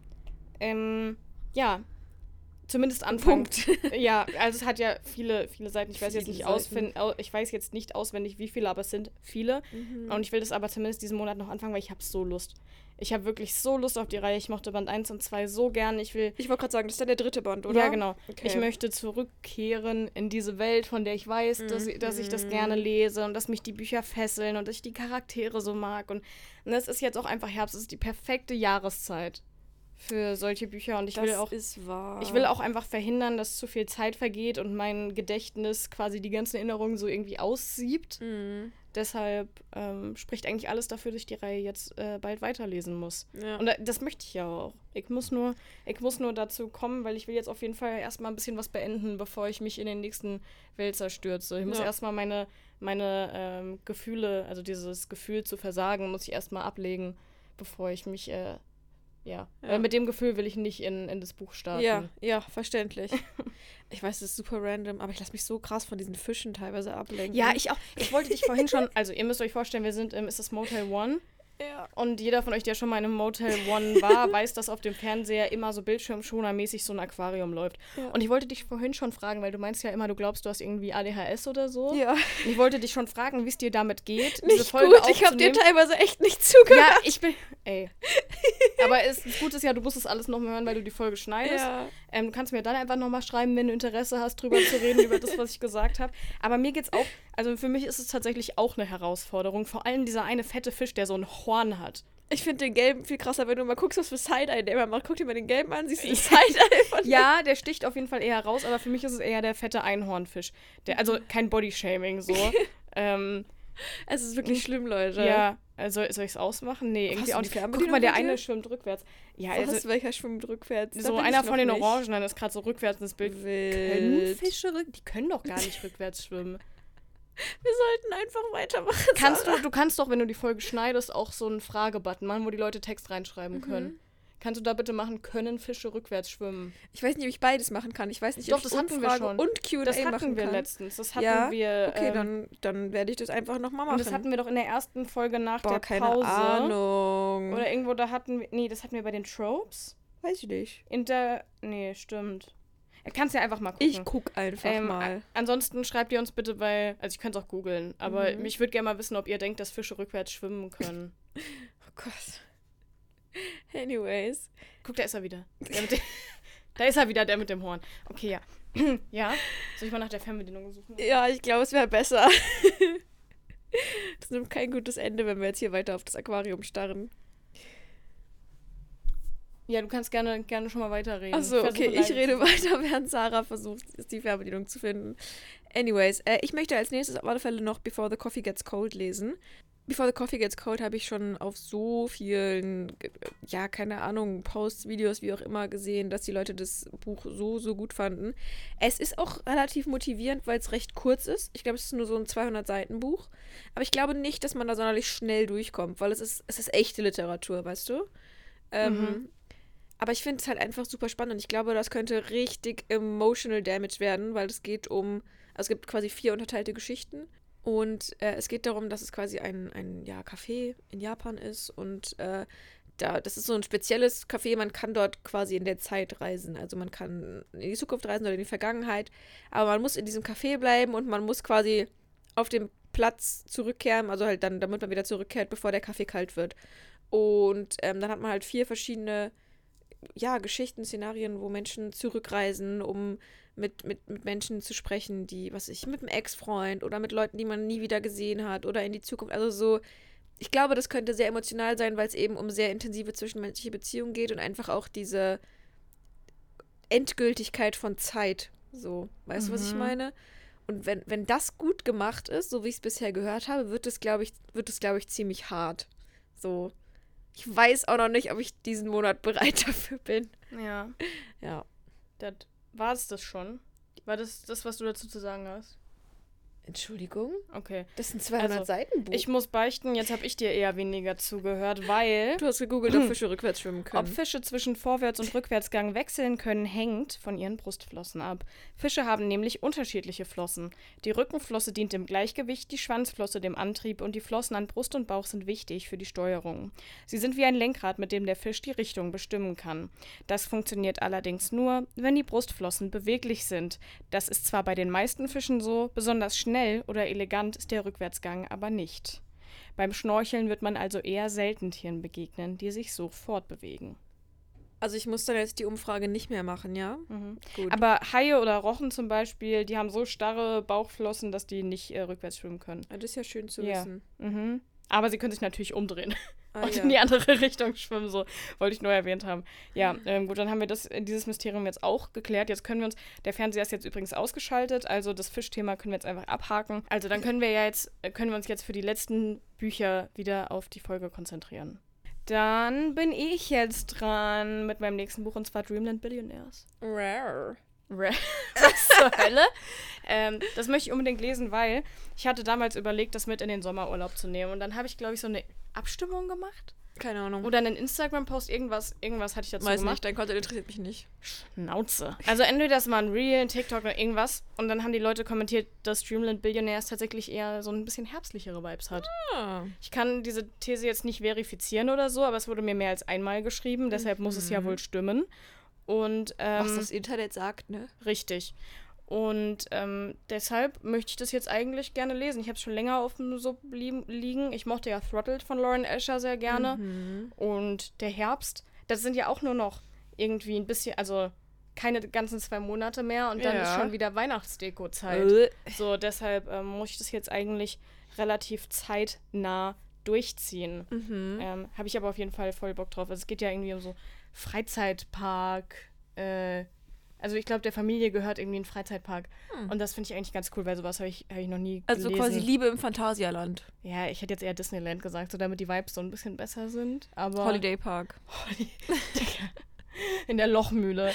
Ja. Zumindest anfangen. Punkt. Ja, also es hat ja viele Seiten. Ich weiß jetzt Viele nicht auswendig, wie viele, aber es sind viele. Und ich will das aber zumindest diesen Monat noch anfangen, weil ich habe so Lust. Ich habe wirklich so Lust auf die Reihe. Ich mochte Band 1 und 2 so gern. Ich wollte gerade sagen, das ist dann der 3. Band, oder? Ja, genau. Okay. Ich möchte zurückkehren in diese Welt, von der ich weiß, dass ich das gerne lese und dass mich die Bücher fesseln und dass ich die Charaktere so mag. Und es ist jetzt auch einfach Herbst. Es ist die perfekte Jahreszeit für solche Bücher und ich will auch einfach verhindern, dass zu viel Zeit vergeht und mein Gedächtnis quasi die ganzen Erinnerungen so irgendwie aussiebt. Deshalb spricht eigentlich alles dafür, dass ich die Reihe jetzt bald weiterlesen muss. Ja. Und das möchte ich ja auch. Ich muss nur dazu kommen, weil ich will jetzt auf jeden Fall erstmal ein bisschen was beenden, bevor ich mich in den nächsten Wälzer stürze. Ich muss erstmal meine Gefühle, also dieses Gefühl zu versagen, muss ich erstmal ablegen, bevor ich mich mit dem Gefühl will ich nicht in das Buch starten. Ja, verständlich. Ich weiß, das ist super random, aber ich lasse mich so krass von diesen Fischen teilweise ablenken. Ja, ich auch. Ich wollte dich vorhin schon, also ihr müsst euch vorstellen, wir sind ist das Motel One. Ja. Und jeder von euch, der schon mal in einem Motel One war, weiß, dass auf dem Fernseher immer so bildschirmschonermäßig so ein Aquarium läuft. Ja. Und ich wollte dich vorhin schon fragen, weil du meinst ja immer, du glaubst, du hast irgendwie ADHS oder so. Ja. Und ich wollte dich schon fragen, wie es dir damit geht, nicht diese Folge gut, ich habe dir teilweise echt nicht zugehört. Ja, ich bin, aber das Gute ist ja, du musst das alles nochmal hören, weil du die Folge schneidest. Ja. Du kannst mir dann einfach nochmal schreiben, wenn du Interesse hast, drüber zu reden, über das, was ich gesagt habe. Aber mir geht's auch, also für mich ist es tatsächlich auch eine Herausforderung. Vor allem dieser eine fette Fisch, der so ein Horn hat. Ich finde den gelben viel krasser, wenn du mal guckst, was für Side-Eye der immer macht. Guck dir mal den gelben an, siehst du den Side-Eye von dem? Ja, der sticht auf jeden Fall eher raus, aber für mich ist es eher der fette Einhornfisch. Also kein Bodyshaming so. Es ist wirklich schlimm, Leute. Ja, also soll ich es ausmachen? Nee, irgendwie auch nicht. Guck mal, der eine schwimmt rückwärts. Ja, welcher schwimmt rückwärts? So einer von den Orangenen ist gerade so rückwärts ins Bild. Können Fische die können doch gar nicht rückwärts schwimmen. Wir sollten einfach weitermachen. Du kannst doch, wenn du die Folge schneidest, auch so einen Fragebutton machen, wo die Leute Text reinschreiben können. Kannst du da bitte machen, können Fische rückwärts schwimmen? Ich weiß nicht, ob ich beides machen kann. Ich weiß nicht, ob ich das hatten wir schon. Und Q&A machen kann. Das hatten wir letztens. Das hatten wir. Okay, dann werde ich das einfach nochmal machen. Und das hatten wir doch in der ersten Folge nach der Pause. Keine Ahnung. Oder irgendwo, das hatten wir bei den Tropes? Weiß ich nicht. Nee, stimmt. Kannst ja einfach mal gucken. Ich guck einfach mal. Ansonsten schreibt ihr uns bitte also ich könnte es auch googeln, aber ich würde gerne mal wissen, ob ihr denkt, dass Fische rückwärts schwimmen können. Oh Gott. Anyways. Guck, da ist er wieder. Da ist er wieder, der mit dem Horn. Okay, ja. Ja? Soll ich mal nach der Fernbedienung suchen? Ja, ich glaube, es wäre besser. Das nimmt kein gutes Ende, wenn wir jetzt hier weiter auf das Aquarium starren. Ja, du kannst gerne schon mal weiterreden. Achso, okay, ich rede weiter, während Sarah versucht, die Fernbedienung zu finden. Anyways, ich möchte als nächstes auf alle Fälle noch Before the Coffee Gets Cold lesen. Before the Coffee Gets Cold habe ich schon auf so vielen, keine Ahnung, Posts, Videos, wie auch immer gesehen, dass die Leute das Buch so gut fanden. Es ist auch relativ motivierend, weil es recht kurz ist. Ich glaube, es ist nur so ein 200-Seiten-Buch. Aber ich glaube nicht, dass man da sonderlich schnell durchkommt, weil es ist echte Literatur, weißt du? Aber ich finde es halt einfach super spannend und ich glaube, das könnte richtig emotional damage werden, weil es geht es gibt quasi 4 unterteilte Geschichten und es geht darum, dass es quasi ein Café in Japan ist und das ist so ein spezielles Café, man kann dort quasi in der Zeit reisen, also man kann in die Zukunft reisen oder in die Vergangenheit, aber man muss in diesem Café bleiben und man muss quasi auf dem Platz zurückkehren, also halt dann, damit man wieder zurückkehrt, bevor der Kaffee kalt wird. Und dann hat man halt 4 verschiedene Geschichten, Szenarien, wo Menschen zurückreisen, um mit Menschen zu sprechen, die, mit einem Ex-Freund oder mit Leuten, die man nie wieder gesehen hat oder in die Zukunft. Also so, ich glaube, das könnte sehr emotional sein, weil es eben um sehr intensive zwischenmenschliche Beziehungen geht und einfach auch diese Endgültigkeit von Zeit. So, weißt du, was ich meine? Und wenn das gut gemacht ist, so wie ich es bisher gehört habe, wird es, glaube ich, ziemlich hart. So. Ich weiß auch noch nicht, ob ich diesen Monat bereit dafür bin. Ja. Ja. War es das schon? War das, was du dazu zu sagen hast? Entschuldigung? Okay. Das ist ein 200-Seiten-Buch. Ich muss beichten, jetzt habe ich dir eher weniger zugehört, weil... Du hast gegoogelt, ob Fische rückwärts schwimmen können. Ob Fische zwischen Vorwärts- und Rückwärtsgang wechseln können, hängt von ihren Brustflossen ab. Fische haben nämlich unterschiedliche Flossen. Die Rückenflosse dient dem Gleichgewicht, die Schwanzflosse dem Antrieb und die Flossen an Brust und Bauch sind wichtig für die Steuerung. Sie sind wie ein Lenkrad, mit dem der Fisch die Richtung bestimmen kann. Das funktioniert allerdings nur, wenn die Brustflossen beweglich sind. Das ist zwar bei den meisten Fischen so, besonders schnell oder elegant ist der Rückwärtsgang aber nicht. Beim Schnorcheln wird man also eher selten Tieren begegnen, die sich so fortbewegen. Also ich muss dann jetzt die Umfrage nicht mehr machen, ja? Gut. Aber Haie oder Rochen zum Beispiel, die haben so starre Bauchflossen, dass die nicht rückwärts schwimmen können. Das ist ja schön zu wissen. Aber sie können sich natürlich umdrehen und in die andere Richtung schwimmen, so wollte ich nur erwähnt haben. Ja, gut, dann haben wir dieses Mysterium jetzt auch geklärt. Jetzt können wir uns, der Fernseher ist jetzt übrigens ausgeschaltet, also das Fischthema können wir jetzt einfach abhaken. Also dann können wir uns jetzt für die letzten Bücher wieder auf die Folge konzentrieren. Dann bin ich jetzt dran mit meinem nächsten Buch, und zwar Dreamland Billionaires. Rare. Was zur Hölle? Das möchte ich unbedingt lesen, weil ich hatte damals überlegt, das mit in den Sommerurlaub zu nehmen. Und dann habe ich, glaube ich, so eine Abstimmung gemacht. Keine Ahnung. Oder einen Instagram-Post, irgendwas hatte ich dazu gemacht. Weiß nicht, dein Content interessiert mich nicht. Schnauze. Also entweder das mal ein Reel, ein TikTok oder irgendwas. Und dann haben die Leute kommentiert, dass Dreamland Billionaires tatsächlich eher so ein bisschen herbstlichere Vibes hat. Ich kann diese These jetzt nicht verifizieren oder so, aber es wurde mir mehr als einmal geschrieben. Deshalb muss es ja wohl stimmen. Und, was das Internet sagt, ne? Richtig. Und deshalb möchte ich das jetzt eigentlich gerne lesen. Ich habe es schon länger auf dem Sub liegen. Ich mochte ja Throttled von Lauren Asher sehr gerne. Und der Herbst, das sind ja auch nur noch irgendwie ein bisschen, also keine ganzen 2 Monate mehr. Und dann ist schon wieder Weihnachtsdeko-Zeit. So, deshalb muss ich das jetzt eigentlich relativ zeitnah durchziehen. Habe ich aber auf jeden Fall voll Bock drauf. Also es geht ja irgendwie um so Freizeitpark, also ich glaube, der Familie gehört irgendwie ein Freizeitpark. Und das finde ich eigentlich ganz cool, weil sowas habe ich noch nie gelesen. Also quasi Liebe im Phantasialand. Ja, ich hätte jetzt eher Disneyland gesagt, so damit die Vibes so ein bisschen besser sind. Aber Holiday Park. In der Lochmühle.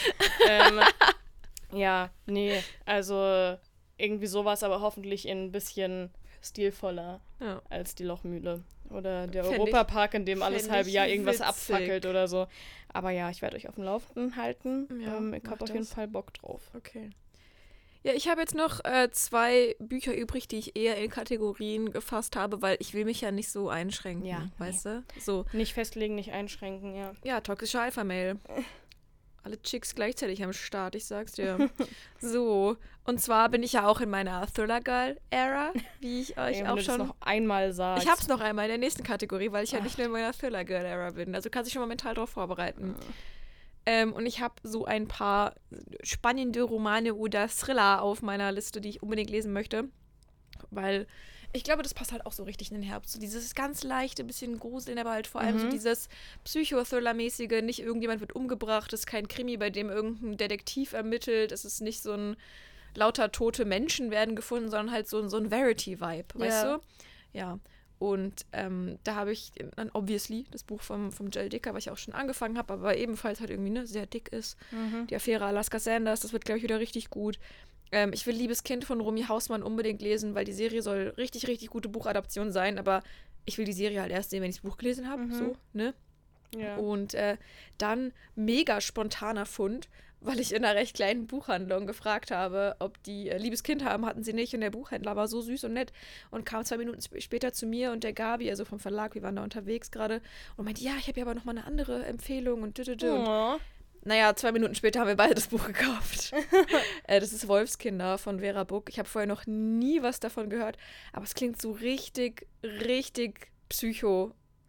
Ja, nee, also irgendwie sowas, aber hoffentlich ein bisschen stilvoller als die Lochmühle. Oder der Europapark, in dem alles halbe Jahr irgendwas abfackelt oder so. Aber ja, ich werde euch auf dem Laufenden halten. Ja, ich habe auf jeden Fall Bock drauf. Okay. Ja, ich habe jetzt noch 2 Bücher übrig, die ich eher in Kategorien gefasst habe, weil ich will mich ja nicht so einschränken, weißt du? So. Nicht festlegen, nicht einschränken, ja. Ja, toxische Alpha-Mail. Alle Chicks gleichzeitig am Start, ich sag's dir. So, und zwar bin ich ja auch in meiner Thriller-Girl-Ära, wie ich euch auch schon... noch einmal sagst. Ich hab's noch einmal in der nächsten Kategorie, weil ich ja nicht nur in meiner Thriller-Girl-Ära bin. Also kannst du dich schon mal mental darauf vorbereiten. Und ich habe so ein paar spannende Romane oder Thriller auf meiner Liste, die ich unbedingt lesen möchte, weil... Ich glaube, das passt halt auch so richtig in den Herbst. So dieses ganz leichte, bisschen Gruseln, aber halt vor allem so dieses Psychothriller-mäßige, nicht irgendjemand wird umgebracht, es ist kein Krimi, bei dem irgendein Detektiv ermittelt, es ist nicht so ein lauter tote Menschen werden gefunden, sondern halt so ein Verity-Vibe, weißt du? Ja. Und da habe ich dann obviously das Buch vom Joel Dicker, was ich auch schon angefangen habe, aber ebenfalls halt irgendwie sehr dick ist. Die Affäre Alaska Sanders, das wird, glaube ich, wieder richtig gut. Ich will Liebes Kind von Romy Hausmann unbedingt lesen, weil die Serie soll richtig, richtig gute Buchadaption sein, aber ich will die Serie halt erst sehen, wenn ich das Buch gelesen habe, so, ne? Ja. Und dann mega spontaner Fund, weil ich in einer recht kleinen Buchhandlung gefragt habe, ob die Liebes Kind haben, hatten sie nicht, und der Buchhändler war so süß und nett und kam 2 Minuten später zu mir und der Gabi, also vom Verlag, wir waren da unterwegs gerade, und meinte, ja, ich habe ja aber noch mal eine andere Empfehlung und naja, 2 Minuten später haben wir beide das Buch gekauft. Das ist Wolfskinder von Vera Buck. Ich habe vorher noch nie was davon gehört, aber es klingt so richtig, richtig psycho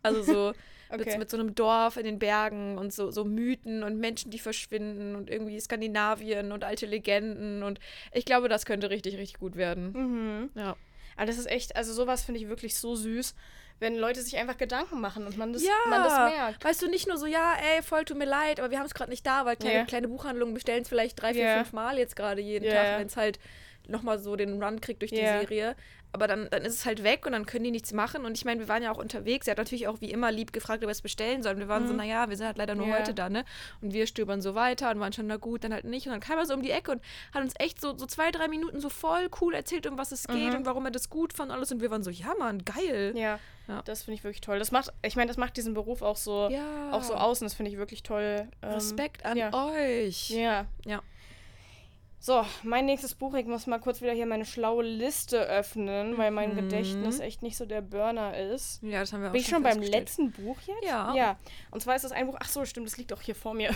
Also so Okay. mit so einem Dorf in den Bergen und so Mythen und Menschen, die verschwinden und irgendwie Skandinavien und alte Legenden. Und ich glaube, das könnte richtig, richtig gut werden. Mhm. Ja. Aber das ist echt, also sowas finde ich wirklich so süß, wenn Leute sich einfach Gedanken machen und man das Ja, merkt. weißt du, nicht nur so, ja, ey, voll tut mir leid, aber wir haben es gerade nicht da, weil kleine Buchhandlungen bestellen es vielleicht 3, 4, 5 Mal jetzt gerade jeden Tag, wenn es halt nochmal so den Run kriegt durch die Serie. Aber dann ist es halt weg und dann können die nichts machen. Und ich meine, wir waren ja auch unterwegs. Er hat natürlich auch wie immer lieb gefragt, ob wir es bestellen sollen. Wir waren so, naja, wir sind halt leider nur heute da, ne? Und wir stöbern so weiter und waren schon, na gut, dann halt nicht. Und dann kam er so um die Ecke und hat uns echt so 2, 3 Minuten so voll cool erzählt, um was es geht und warum er das gut fand und alles. Und wir waren so, ja, Mann, geil. Ja, das finde ich wirklich toll. Das macht diesen Beruf auch so aus und das finde ich wirklich toll. Respekt an euch. Ja. So, mein nächstes Buch, ich muss mal kurz wieder hier meine schlaue Liste öffnen, weil mein Gedächtnis echt nicht so der Burner ist. Ja, das haben wir auch Bin ich schon beim letzten Buch jetzt? Ja. Ja. Und zwar ist das ein Buch, ach so, stimmt, das liegt auch hier vor mir.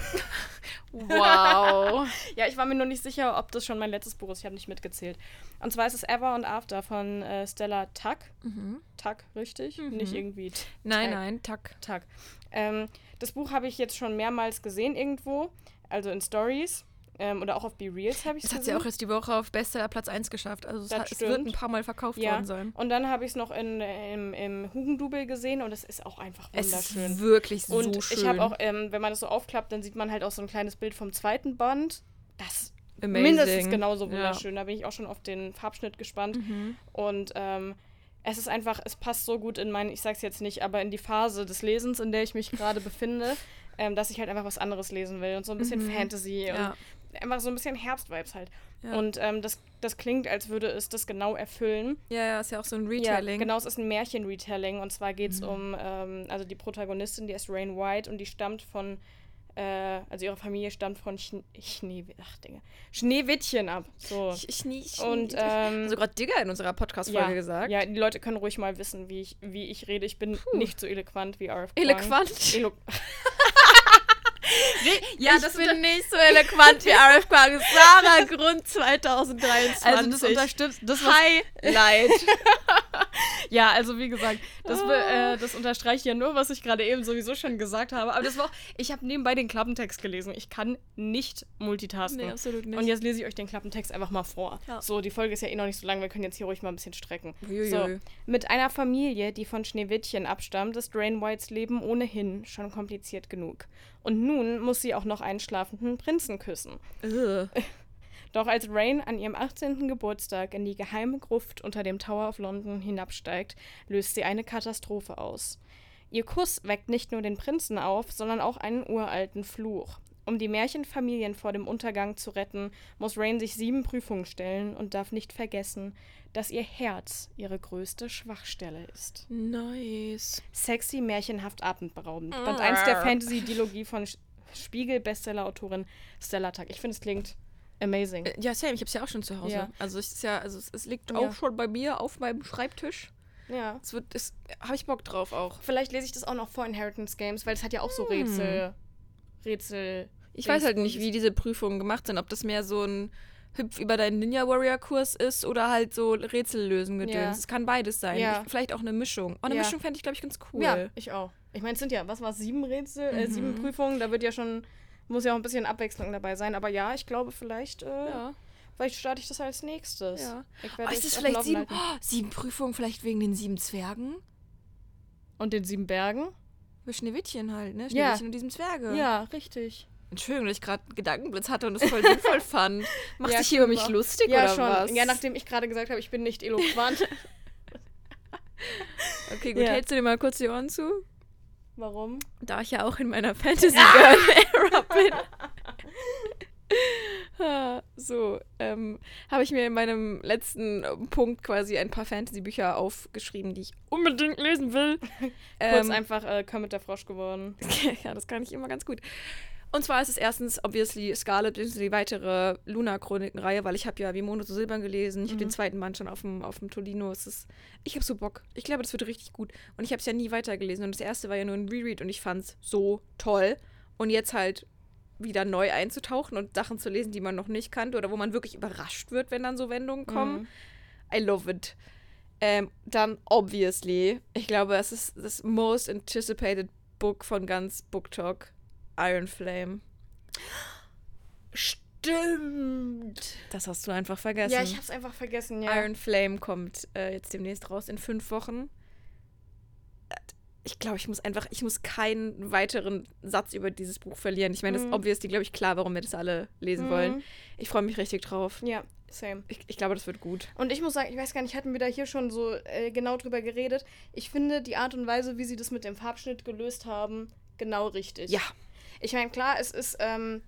Wow. Ja, ich war mir nur nicht sicher, ob das schon mein letztes Buch ist. Ich habe nicht mitgezählt. Und zwar ist es Ever and After von Stella Tuck. Tuck, richtig? Nicht irgendwie Nein, Tuck. Das Buch habe ich jetzt schon mehrmals gesehen irgendwo, also in Stories. Oder auch auf Be Reals habe ich es gesehen. Das hat sie auch erst die Woche auf Bestseller Platz 1 geschafft. Also es wird ein paar Mal verkauft worden sein. Und dann habe ich es noch im Hugendubel gesehen und es ist auch einfach wunderschön. Es ist wirklich so schön. Und ich habe auch, wenn man das so aufklappt, dann sieht man halt auch so ein kleines Bild vom zweiten Band. Das Amazing. Mindestens genauso wunderschön. Da bin ich auch schon auf den Farbschnitt gespannt. Und es ist einfach, es passt so gut in ich sag's jetzt nicht, aber in die Phase des Lesens, in der ich mich gerade befinde, dass ich halt einfach was anderes lesen will und so ein bisschen Fantasy und einfach so ein bisschen Herbst-Vibes halt. Ja. Und das klingt, als würde es das genau erfüllen. Ja, ist ja auch so ein Retelling. Ja, genau, es ist ein Märchen-Retelling und zwar geht es um, also die Protagonistin, die ist Rain White und die stammt von, also ihre Familie stammt von Schneewittchen ab. So. Und, also gerade Digger in unserer Podcast-Folge gesagt. Ja, die Leute können ruhig mal wissen, wie ich rede. Ich bin nicht so eloquent wie RF Kwang. Eloquent? Ja, ich bin nicht so eloquent wie RF Kwang. Sarah Grund 2023. Also das unterstützt das Highlight. Ja, also wie gesagt, das unterstreicht ja nur, was ich gerade eben sowieso schon gesagt habe. Aber das war auch, ich habe nebenbei den Klappentext gelesen. Ich kann nicht multitasken. Nee, absolut nicht. Und jetzt lese ich euch den Klappentext einfach mal vor. Ja. So, die Folge ist ja eh noch nicht so lang, wir können jetzt hier ruhig mal ein bisschen strecken. So, mit einer Familie, die von Schneewittchen abstammt, ist Rain Whites Leben ohnehin schon kompliziert genug. Und nun muss sie auch noch einen schlafenden Prinzen küssen. Doch als Rain an ihrem 18. Geburtstag in die geheime Gruft unter dem Tower of London hinabsteigt, löst sie eine Katastrophe aus. Ihr Kuss weckt nicht nur den Prinzen auf, sondern auch einen uralten Fluch. Um die Märchenfamilien vor dem Untergang zu retten, muss Rain sich 7 Prüfungen stellen und darf nicht vergessen, dass ihr Herz ihre größte Schwachstelle ist. Nice. Sexy, märchenhaft, atemberaubend. Band 1 der Fantasy-Dilogie von Spiegel-Bestseller-Autorin Stella Tuck. Ich finde, es klingt amazing. Ja, same. Ich habe es ja auch schon zu Hause. Ja. Also es liegt auch schon bei mir auf meinem Schreibtisch. Ja. Habe ich Bock drauf auch. Vielleicht lese ich das auch noch vor Inheritance Games, weil es hat ja auch so Rätsel. Ich weiß halt nicht, wie diese Prüfungen gemacht sind. Ob das mehr so ein Hüpf über deinen Ninja Warrior Kurs ist oder halt so Rätsel lösen gedöns. Es kann beides sein. Ja. Vielleicht auch eine Mischung. Eine Mischung fände ich, glaube ich, ganz cool. Ja, ich auch. Ich meine, es sind ja, was war 7 Rätsel, 7 Prüfungen. Da wird ja schon, muss ja auch ein bisschen Abwechslung dabei sein. Aber ja, ich glaube, vielleicht starte ich das als nächstes. Ja. Ist es vielleicht 7 Prüfungen, vielleicht wegen den 7 Zwergen? Und den 7 Bergen? Für Schneewittchen halt, ne? Schneewittchen und die 7 Zwerge. Ja, richtig. Entschuldigung, dass ich gerade einen Gedankenblitz hatte und das voll sinnvoll fand. Machst du dich hier über mich lustig oder schon. was? Ja, nachdem ich gerade gesagt habe, ich bin nicht eloquent. Okay, gut. Hältst du dir mal kurz die Ohren zu? Warum? Da ich ja auch in meiner Fantasy-Girl-Ära bin. So, habe ich mir in meinem letzten Punkt quasi ein paar Fantasy-Bücher aufgeschrieben, die ich unbedingt lesen will. Kurz einfach Kermit der Frosch geworden. Ja, das kann ich immer ganz gut. Und zwar ist es erstens, obviously, Scarlet, die weitere Luna-Chroniken-Reihe, weil ich habe ja Wie Monde zu Silbern gelesen. Ich habe den zweiten Band schon auf dem Tolino. Ich habe so Bock. Ich glaube, das wird richtig gut. Und ich habe es ja nie weitergelesen. Und das erste war ja nur ein Reread und ich fand es so toll. Und jetzt halt wieder neu einzutauchen und Sachen zu lesen, die man noch nicht kannte oder wo man wirklich überrascht wird, wenn dann so Wendungen kommen. I love it. Dann, obviously, ich glaube, es ist das most anticipated Book von ganz Book Talk, Iron Flame. Stimmt. Das hast du einfach vergessen. Ja, ich hab's einfach vergessen, ja. Iron Flame kommt jetzt demnächst raus in 5 Wochen. Ich glaube, ich muss keinen weiteren Satz über dieses Buch verlieren. Ich meine, das ist obviously, glaube ich, klar, warum wir das alle lesen wollen. Ich freue mich richtig drauf. Ja, same. Ich glaube, das wird gut. Und ich muss sagen, ich weiß gar nicht, hatten wir da hier schon so genau drüber geredet. Ich finde die Art und Weise, wie sie das mit dem Farbschnitt gelöst haben, genau richtig. Ja. Ich meine, klar, es ist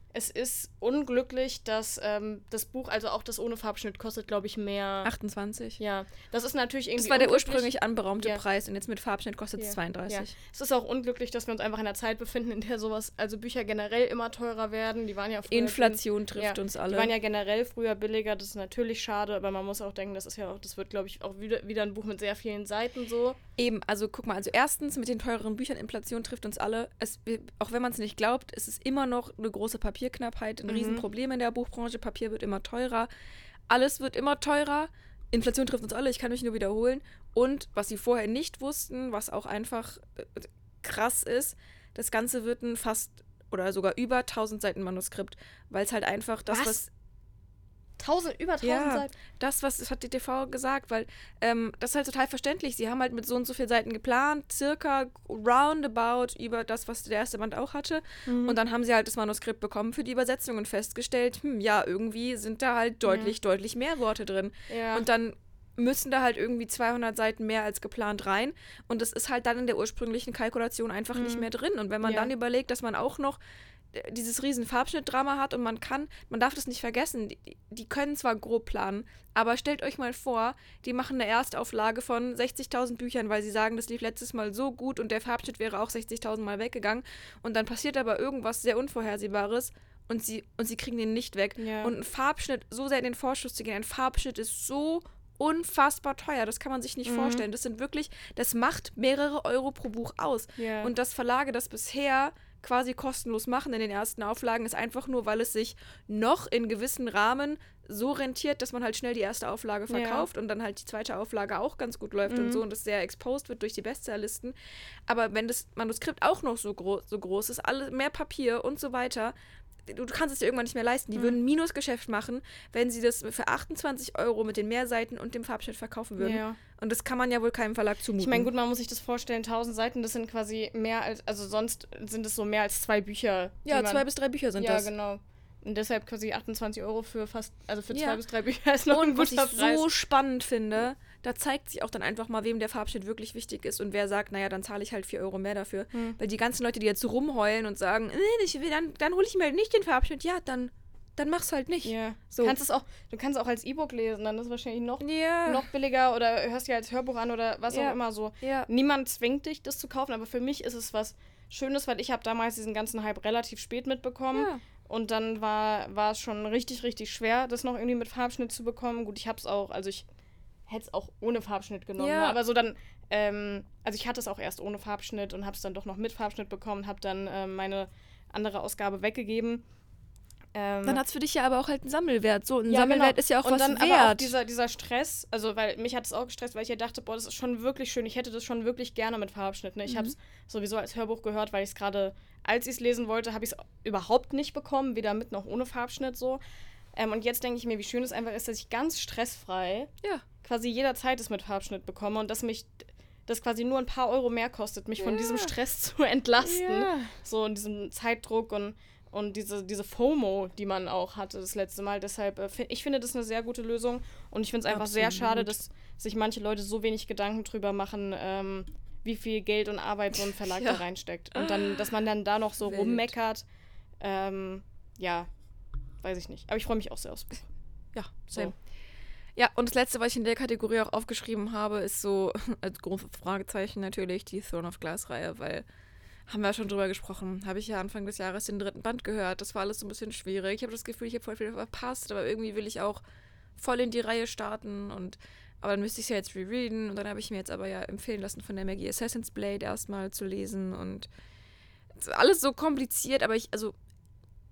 unglücklich, dass das Buch, also auch das ohne Farbschnitt, kostet, glaube ich, mehr. 28. Ja, das ist natürlich irgendwie Das war der unglücklich. ursprünglich anberaumte Preis und jetzt mit Farbschnitt kostet es 32. Ja. Es ist auch unglücklich, dass wir uns einfach in einer Zeit befinden, in der sowas, also Bücher generell immer teurer werden. Die waren ja früher Inflation trifft uns alle. Die waren ja generell früher billiger, das ist natürlich schade, aber man muss auch denken, das wird, glaube ich, auch wieder ein Buch mit sehr vielen Seiten so. Eben, also guck mal, also erstens mit den teureren Büchern, Inflation trifft uns alle. Auch wenn man es nicht glaubt, es ist immer noch eine große Papierknappheit, ein Riesenproblem in der Buchbranche. Papier wird immer teurer. Alles wird immer teurer. Inflation trifft uns alle, ich kann mich nur wiederholen. Und was sie vorher nicht wussten, was auch einfach krass ist, das Ganze wird ein fast oder sogar über 1000 Seiten Manuskript, weil es halt einfach das, was Über 1000 Seiten? Das hat die TV gesagt, weil das ist halt total verständlich. Sie haben halt mit so und so vielen Seiten geplant, circa roundabout über das, was der erste Band auch hatte. Und dann haben sie halt das Manuskript bekommen für die Übersetzung und festgestellt, ja, irgendwie sind da halt deutlich mehr Worte drin. Ja. Und dann müssen da halt irgendwie 200 Seiten mehr als geplant rein. Und das ist halt dann in der ursprünglichen Kalkulation einfach nicht mehr drin. Und wenn man dann überlegt, dass man auch noch dieses riesen Farbschnittdrama hat und man darf das nicht vergessen, die können zwar grob planen, aber stellt euch mal vor, die machen eine Erstauflage von 60.000 Büchern, weil sie sagen, das lief letztes Mal so gut und der Farbschnitt wäre auch 60.000 Mal weggegangen und dann passiert aber irgendwas sehr Unvorhersehbares und sie kriegen den nicht weg. Ja. Und ein Farbschnitt, so sehr in den Vorschuss zu gehen, ein Farbschnitt ist so unfassbar teuer, das kann man sich nicht vorstellen. Das macht mehrere Euro pro Buch aus. Ja. Und dass Verlage das bisher quasi kostenlos machen in den ersten Auflagen, ist einfach nur, weil es sich noch in gewissen Rahmen so rentiert, dass man halt schnell die erste Auflage verkauft und dann halt die zweite Auflage auch ganz gut läuft und so und das sehr exposed wird durch die Bestsellerlisten. Aber wenn das Manuskript auch noch so groß ist, mehr Papier und so weiter, du kannst es dir irgendwann nicht mehr leisten. Die würden ein Minusgeschäft machen, wenn sie das für 28 Euro mit den Mehrseiten und dem Farbschnitt verkaufen würden. Ja. Und das kann man ja wohl keinem Verlag zumuten. Ich meine, gut, man muss sich das vorstellen, 1000 Seiten, das sind quasi mehr als, also sonst sind es so mehr als 2 Bücher. Ja, 2 bis 3 Bücher sind das. Ja, genau. Und deshalb quasi 28 Euro für 2 bis 3 Bücher ist noch ein guter Preis. Und was ich so spannend finde, da zeigt sich auch dann einfach mal, wem der Farbschnitt wirklich wichtig ist und wer sagt, naja, dann zahle ich halt 4 Euro mehr dafür. Weil die ganzen Leute, die jetzt so rumheulen und sagen, dann hole ich mir halt nicht den Farbschnitt, ja, dann mach's halt nicht. Ja. So. Du kannst es auch als E-Book lesen, dann ist es wahrscheinlich noch billiger oder hörst dir als Hörbuch an oder was auch immer so. Ja. Niemand zwingt dich, das zu kaufen, aber für mich ist es was Schönes, weil ich habe damals diesen ganzen Hype relativ spät mitbekommen. Ja. Und dann war es schon richtig, richtig schwer, das noch irgendwie mit Farbschnitt zu bekommen. Gut, ich hätte es auch ohne Farbschnitt genommen. Ja. Ne? Aber so dann, also ich hatte es auch erst ohne Farbschnitt und habe es dann doch noch mit Farbschnitt bekommen, habe dann meine andere Ausgabe weggegeben. Dann hat es für dich ja aber auch halt einen Sammelwert. So, ein Sammelwert ist ja auch was wert. Aber auch dieser Stress, also weil mich hat es auch gestresst, weil ich ja dachte, boah, das ist schon wirklich schön. Ich hätte das schon wirklich gerne mit Farbschnitt. Ne? Ich habe es sowieso als Hörbuch gehört, weil ich es gerade, als ich es lesen wollte, habe ich es überhaupt nicht bekommen, weder mit noch ohne Farbschnitt so. Und jetzt denke ich mir, wie schön es einfach ist, dass ich ganz stressfrei quasi jederzeit es mit Farbschnitt bekomme und dass mich das quasi nur ein paar Euro mehr kostet, mich von diesem Stress zu entlasten. So in diesem Zeitdruck und diese FOMO, die man auch hatte das letzte Mal. Deshalb, ich finde das eine sehr gute Lösung. Und ich finde es einfach sehr schade, dass sich manche Leute so wenig Gedanken drüber machen, wie viel Geld und Arbeit so ein Verlag da reinsteckt. Und dann, dass man dann da noch so rummeckert. Weiß ich nicht. Aber ich freue mich auch sehr aufs Buch. Ja, same. So. Ja, und das Letzte, was ich in der Kategorie auch aufgeschrieben habe, ist so, als großes Fragezeichen natürlich, die Throne of Glass-Reihe, weil haben wir ja schon drüber gesprochen. Habe ich ja Anfang des Jahres den 3. Band gehört. Das war alles so ein bisschen schwierig. Ich habe das Gefühl, ich habe voll viel verpasst, aber irgendwie will ich auch voll in die Reihe starten. Aber dann müsste ich es ja jetzt rereaden. Und dann habe ich mir jetzt aber ja empfehlen lassen, von der Maggie Assassin's Blade erstmal zu lesen. Und alles so kompliziert, aber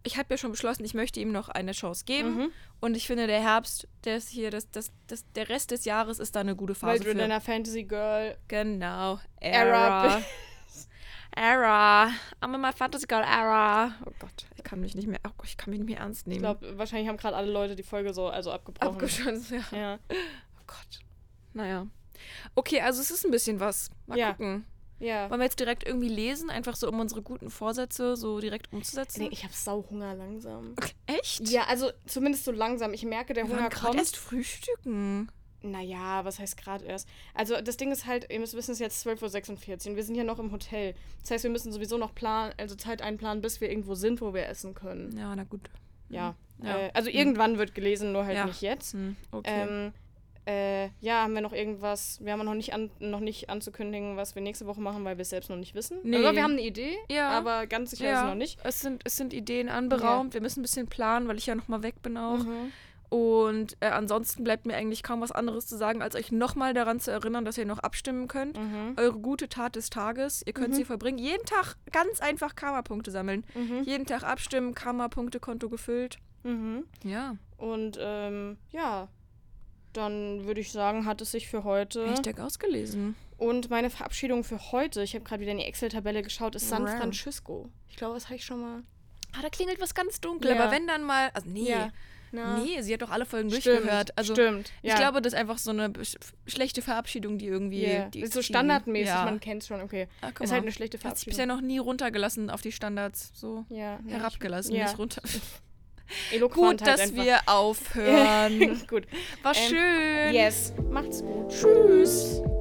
ich habe ja schon beschlossen, ich möchte ihm noch eine Chance geben. Mhm. Und ich finde, der Herbst, der ist hier, der Rest des Jahres ist da eine gute Phase Weil du in für. deiner Fantasy Girl Genau. Era Era. I'm in my Fantasy Girl Era. Oh Gott, ich kann mich nicht mehr ernst nehmen. Ich glaube, wahrscheinlich haben gerade alle Leute die Folge so abgebrochen. Abgeschlossen, ja. Ja. Oh Gott. Naja. Okay, also es ist ein bisschen was. Mal gucken. Ja. Wollen wir jetzt direkt irgendwie lesen, einfach so, um unsere guten Vorsätze so direkt umzusetzen? Nee, ich habe Sauhunger langsam. Okay. Echt? Ja, also zumindest so langsam. Ich merke, der Hunger gerade kommt. erst frühstücken. Naja, was heißt gerade erst? Also das Ding ist halt, ihr müsst wissen, es ist jetzt 12:46 Uhr und wir sind hier noch im Hotel. Das heißt, wir müssen sowieso noch Zeit einplanen, bis wir irgendwo sind, wo wir essen können. Ja, na gut. Ja. Ja. Also irgendwann wird gelesen, nur halt Ja. nicht jetzt. Okay. Ja, haben wir noch irgendwas, wir haben noch nicht anzukündigen, was wir nächste Woche machen, weil wir es selbst noch nicht wissen. Nee. Also wir haben eine Idee, Ja. aber ganz sicher ist es noch nicht. Es sind Ideen anberaumt. Wir müssen ein bisschen planen, weil ich ja nochmal weg bin auch. Mhm. Und ansonsten bleibt mir eigentlich kaum was anderes zu sagen, als euch nochmal daran zu erinnern, dass ihr noch abstimmen könnt. Mhm. Eure gute Tat des Tages. Ihr könnt sie verbringen. Jeden Tag ganz einfach Karma-Punkte sammeln. Mhm. Jeden Tag abstimmen, Karma-Punkte-Konto gefüllt. Mhm. Ja. Und ja, dann würde ich sagen, hat es sich für heute. Hashtag ausgelesen. Und meine Verabschiedung für heute, ich habe gerade wieder in die Excel-Tabelle geschaut, ist San Wow. Francisco. Ich glaube, das habe ich schon mal. Da klingelt was ganz dunkel. Ja. Aber wenn dann mal. Also, nee. Ja. Na, Nee, sie hat doch alle Folgen stimmt, durchgehört. Also, stimmt. ich glaube, das ist einfach so eine schlechte Verabschiedung, die irgendwie. Yeah. Die, Ist so die- standardmäßig, ja. man kennt es schon, okay. Ah, guck Ist mal. halt eine schlechte Hat sich Verabschiedung. bisher noch nie runtergelassen auf die Standards. So Ja, nee, herabgelassen, ja. nicht runter. Eloquent Gut, halt dass einfach. wir aufhören. Gut. War schön. Yes. Macht's gut. Tschüss.